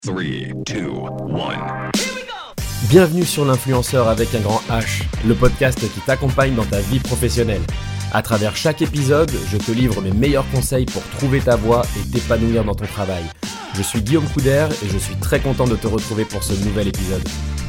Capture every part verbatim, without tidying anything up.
three, two, one. Bienvenue sur l'Influenceur avec un grand H, le podcast qui t'accompagne dans ta vie professionnelle. À travers chaque épisode, je te livre mes meilleurs conseils pour trouver ta voie et t'épanouir dans ton travail. Je suis Guillaume Couder et je suis très content de te retrouver pour ce nouvel épisode.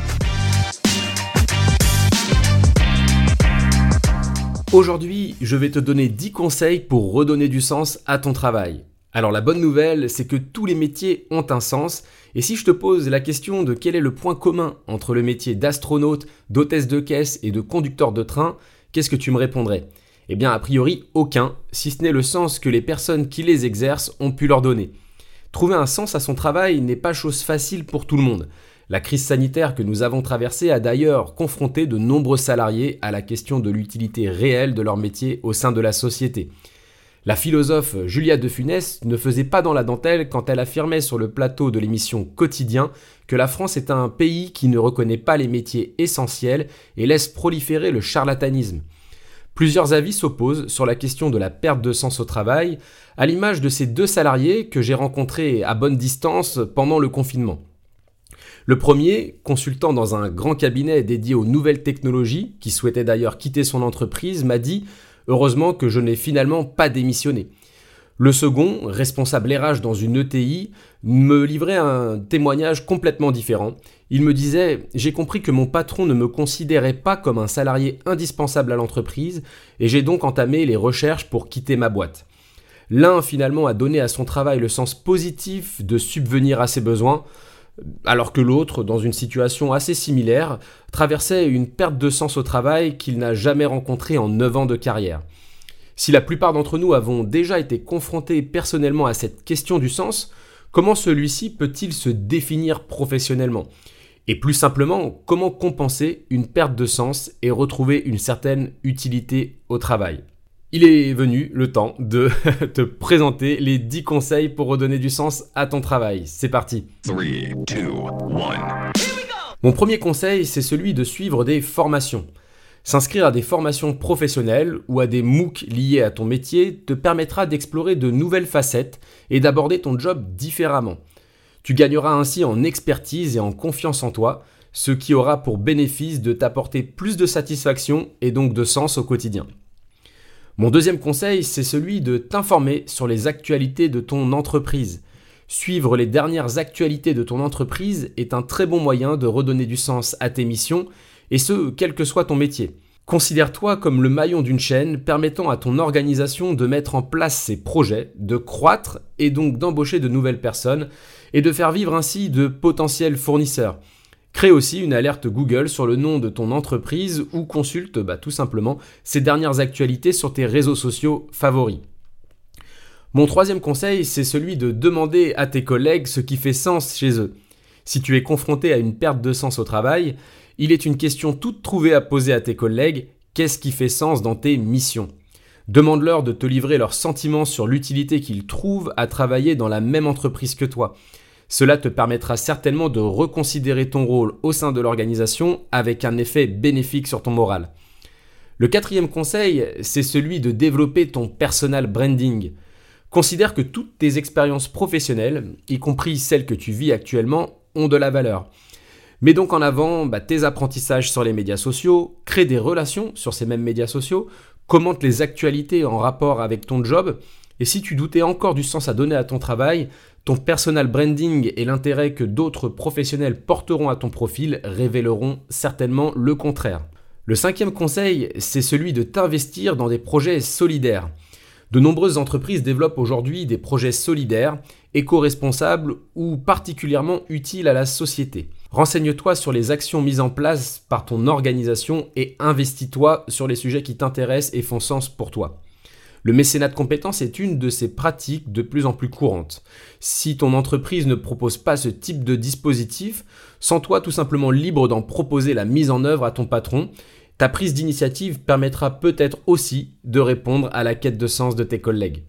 Aujourd'hui, je vais te donner dix conseils pour redonner du sens à ton travail. Alors la bonne nouvelle, c'est que tous les métiers ont un sens, et si je te pose la question de quel est le point commun entre le métier d'astronaute, d'hôtesse de caisse et de conducteur de train, qu'est-ce que tu me répondrais ? Eh bien a priori aucun, si ce n'est le sens que les personnes qui les exercent ont pu leur donner. Trouver un sens à son travail n'est pas chose facile pour tout le monde. La crise sanitaire que nous avons traversée a d'ailleurs confronté de nombreux salariés à la question de l'utilité réelle de leur métier au sein de la société. La philosophe Julia de Funès ne faisait pas dans la dentelle quand elle affirmait sur le plateau de l'émission Quotidien que la France est un pays qui ne reconnaît pas les métiers essentiels et laisse proliférer le charlatanisme. Plusieurs avis s'opposent sur la question de la perte de sens au travail, à l'image de ces deux salariés que j'ai rencontrés à bonne distance pendant le confinement. Le premier, consultant dans un grand cabinet dédié aux nouvelles technologies, qui souhaitait d'ailleurs quitter son entreprise, m'a dit « Heureusement que je n'ai finalement pas démissionné ». Le second, responsable R H dans une E T I, me livrait un témoignage complètement différent. Il me disait « J'ai compris que mon patron ne me considérait pas comme un salarié indispensable à l'entreprise et j'ai donc entamé les recherches pour quitter ma boîte ». L'un finalement a donné à son travail le sens positif de subvenir à ses besoins, alors que l'autre, dans une situation assez similaire, traversait une perte de sens au travail qu'il n'a jamais rencontrée en neuf ans de carrière. Si la plupart d'entre nous avons déjà été confrontés personnellement à cette question du sens, comment celui-ci peut-il se définir professionnellement ? Et plus simplement, comment compenser une perte de sens et retrouver une certaine utilité au travail ? Il est venu le temps de te présenter les dix conseils pour redonner du sens à ton travail. C'est parti. three, two, one. Mon premier conseil, c'est celui de suivre des formations. S'inscrire à des formations professionnelles ou à des MOOC liés à ton métier te permettra d'explorer de nouvelles facettes et d'aborder ton job différemment. Tu gagneras ainsi en expertise et en confiance en toi, ce qui aura pour bénéfice de t'apporter plus de satisfaction et donc de sens au quotidien. Mon deuxième conseil, c'est celui de t'informer sur les actualités de ton entreprise. Suivre les dernières actualités de ton entreprise est un très bon moyen de redonner du sens à tes missions, et ce, quel que soit ton métier. Considère-toi comme le maillon d'une chaîne permettant à ton organisation de mettre en place ses projets, de croître et donc d'embaucher de nouvelles personnes, et de faire vivre ainsi de potentiels fournisseurs. Crée aussi une alerte Google sur le nom de ton entreprise ou consulte bah, tout simplement ces dernières actualités sur tes réseaux sociaux favoris. Mon troisième conseil, c'est celui de demander à tes collègues ce qui fait sens chez eux. Si tu es confronté à une perte de sens au travail, il est une question toute trouvée à poser à tes collègues, qu'est-ce qui fait sens dans tes missions ? Demande-leur de te livrer leurs sentiments sur l'utilité qu'ils trouvent à travailler dans la même entreprise que toi. Cela te permettra certainement de reconsidérer ton rôle au sein de l'organisation avec un effet bénéfique sur ton moral. Le quatrième conseil, c'est celui de développer ton personal branding. Considère que toutes tes expériences professionnelles, y compris celles que tu vis actuellement, ont de la valeur. Mets donc en avant bah, tes apprentissages sur les médias sociaux, crée des relations sur ces mêmes médias sociaux, commente les actualités en rapport avec ton job. Et si tu doutais encore du sens à donner à ton travail, ton personal branding et l'intérêt que d'autres professionnels porteront à ton profil révéleront certainement le contraire. Le cinquième conseil, c'est celui de t'investir dans des projets solidaires. De nombreuses entreprises développent aujourd'hui des projets solidaires, éco-responsables ou particulièrement utiles à la société. Renseigne-toi sur les actions mises en place par ton organisation et investis-toi sur les sujets qui t'intéressent et font sens pour toi. Le mécénat de compétences est une de ces pratiques de plus en plus courantes. Si ton entreprise ne propose pas ce type de dispositif, sens-toi tout simplement libre d'en proposer la mise en œuvre à ton patron. Ta prise d'initiative permettra peut-être aussi de répondre à la quête de sens de tes collègues.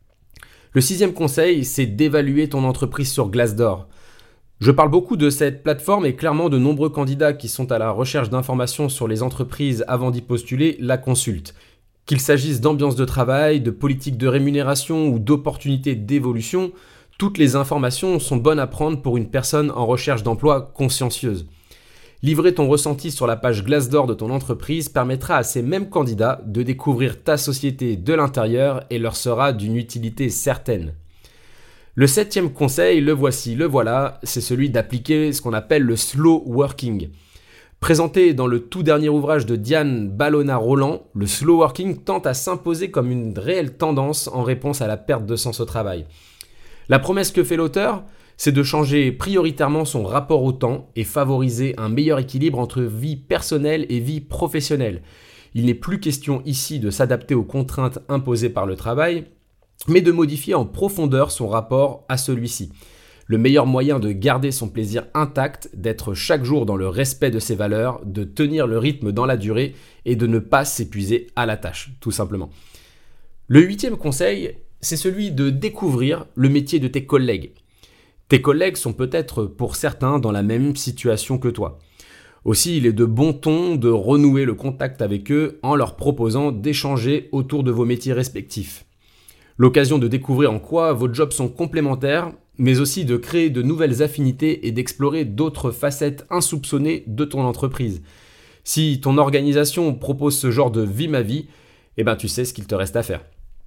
Le sixième conseil, c'est d'évaluer ton entreprise sur Glassdoor. Je parle beaucoup de cette plateforme et clairement de nombreux candidats qui sont à la recherche d'informations sur les entreprises avant d'y postuler la consultent. Qu'il s'agisse d'ambiance de travail, de politique de rémunération ou d'opportunités d'évolution, Toutes les informations sont bonnes à prendre pour une personne en recherche d'emploi consciencieuse. Livrer ton ressenti sur la page Glassdoor de ton entreprise permettra à ces mêmes candidats de découvrir ta société de l'intérieur et leur sera d'une utilité certaine. Le septième conseil, le voici, le voilà, c'est celui d'appliquer ce qu'on appelle le slow working. Présenté dans le tout dernier ouvrage de Diane Ballona-Roland, le slow working tente à s'imposer comme une réelle tendance en réponse à la perte de sens au travail. La promesse que fait l'auteur, c'est de changer prioritairement son rapport au temps et favoriser un meilleur équilibre entre vie personnelle et vie professionnelle. Il n'est plus question ici de s'adapter aux contraintes imposées par le travail, mais de modifier en profondeur son rapport à celui-ci. Le meilleur moyen de garder son plaisir intact, d'être chaque jour dans le respect de ses valeurs, de tenir le rythme dans la durée et de ne pas s'épuiser à la tâche, tout simplement. Le huitième conseil, c'est celui de découvrir le métier de tes collègues. Tes collègues sont peut-être pour certains dans la même situation que toi. Aussi, il est de bon ton de renouer le contact avec eux en leur proposant d'échanger autour de vos métiers respectifs. L'occasion de découvrir en quoi vos jobs sont complémentaires, mais aussi de créer de nouvelles affinités et d'explorer d'autres facettes insoupçonnées de ton entreprise. Si ton organisation propose ce genre de vie ma vie, eh ben tu sais ce qu'il te reste à faire.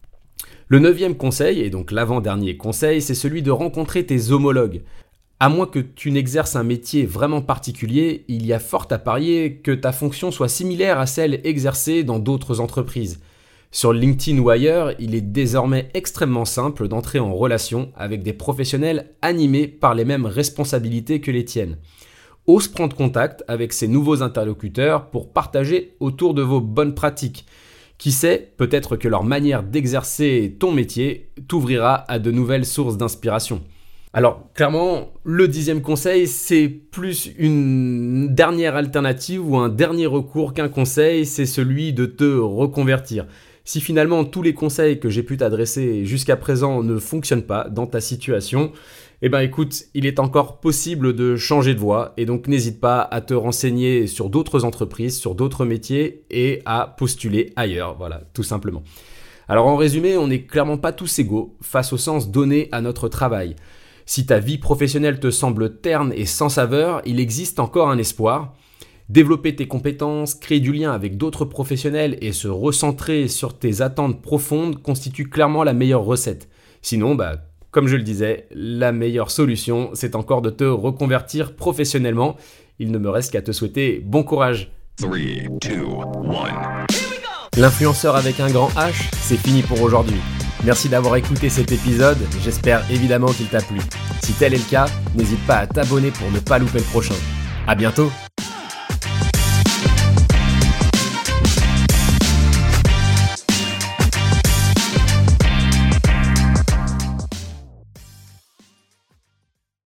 Le neuvième conseil, et donc l'avant-dernier conseil, c'est celui de rencontrer tes homologues. À moins que tu n'exerces un métier vraiment particulier, il y a fort à parier que ta fonction soit similaire à celle exercée dans d'autres entreprises. Sur LinkedIn ou ailleurs, il est désormais extrêmement simple d'entrer en relation avec des professionnels animés par les mêmes responsabilités que les tiennes. Ose prendre contact avec ces nouveaux interlocuteurs pour partager autour de vos bonnes pratiques. Qui sait, peut-être que leur manière d'exercer ton métier t'ouvrira à de nouvelles sources d'inspiration. Alors, clairement, le dixième conseil, c'est plus une dernière alternative ou un dernier recours qu'un conseil, c'est celui de te reconvertir. Si finalement tous les conseils que j'ai pu t'adresser jusqu'à présent ne fonctionnent pas dans ta situation, eh ben écoute, il est encore possible de changer de voie et donc n'hésite pas à te renseigner sur d'autres entreprises, sur d'autres métiers et à postuler ailleurs, voilà, tout simplement. Alors en résumé, on n'est clairement pas tous égaux face au sens donné à notre travail. Si ta vie professionnelle te semble terne et sans saveur, il existe encore un espoir. Développer tes compétences, créer du lien avec d'autres professionnels et se recentrer sur tes attentes profondes constitue clairement la meilleure recette. Sinon, bah, comme je le disais, la meilleure solution, c'est encore de te reconvertir professionnellement. Il ne me reste qu'à te souhaiter bon courage. trois, deux, un. L'influenceur avec un grand H, c'est fini pour aujourd'hui. Merci d'avoir écouté cet épisode, j'espère évidemment qu'il t'a plu. Si tel est le cas, n'hésite pas à t'abonner pour ne pas louper le prochain. À bientôt!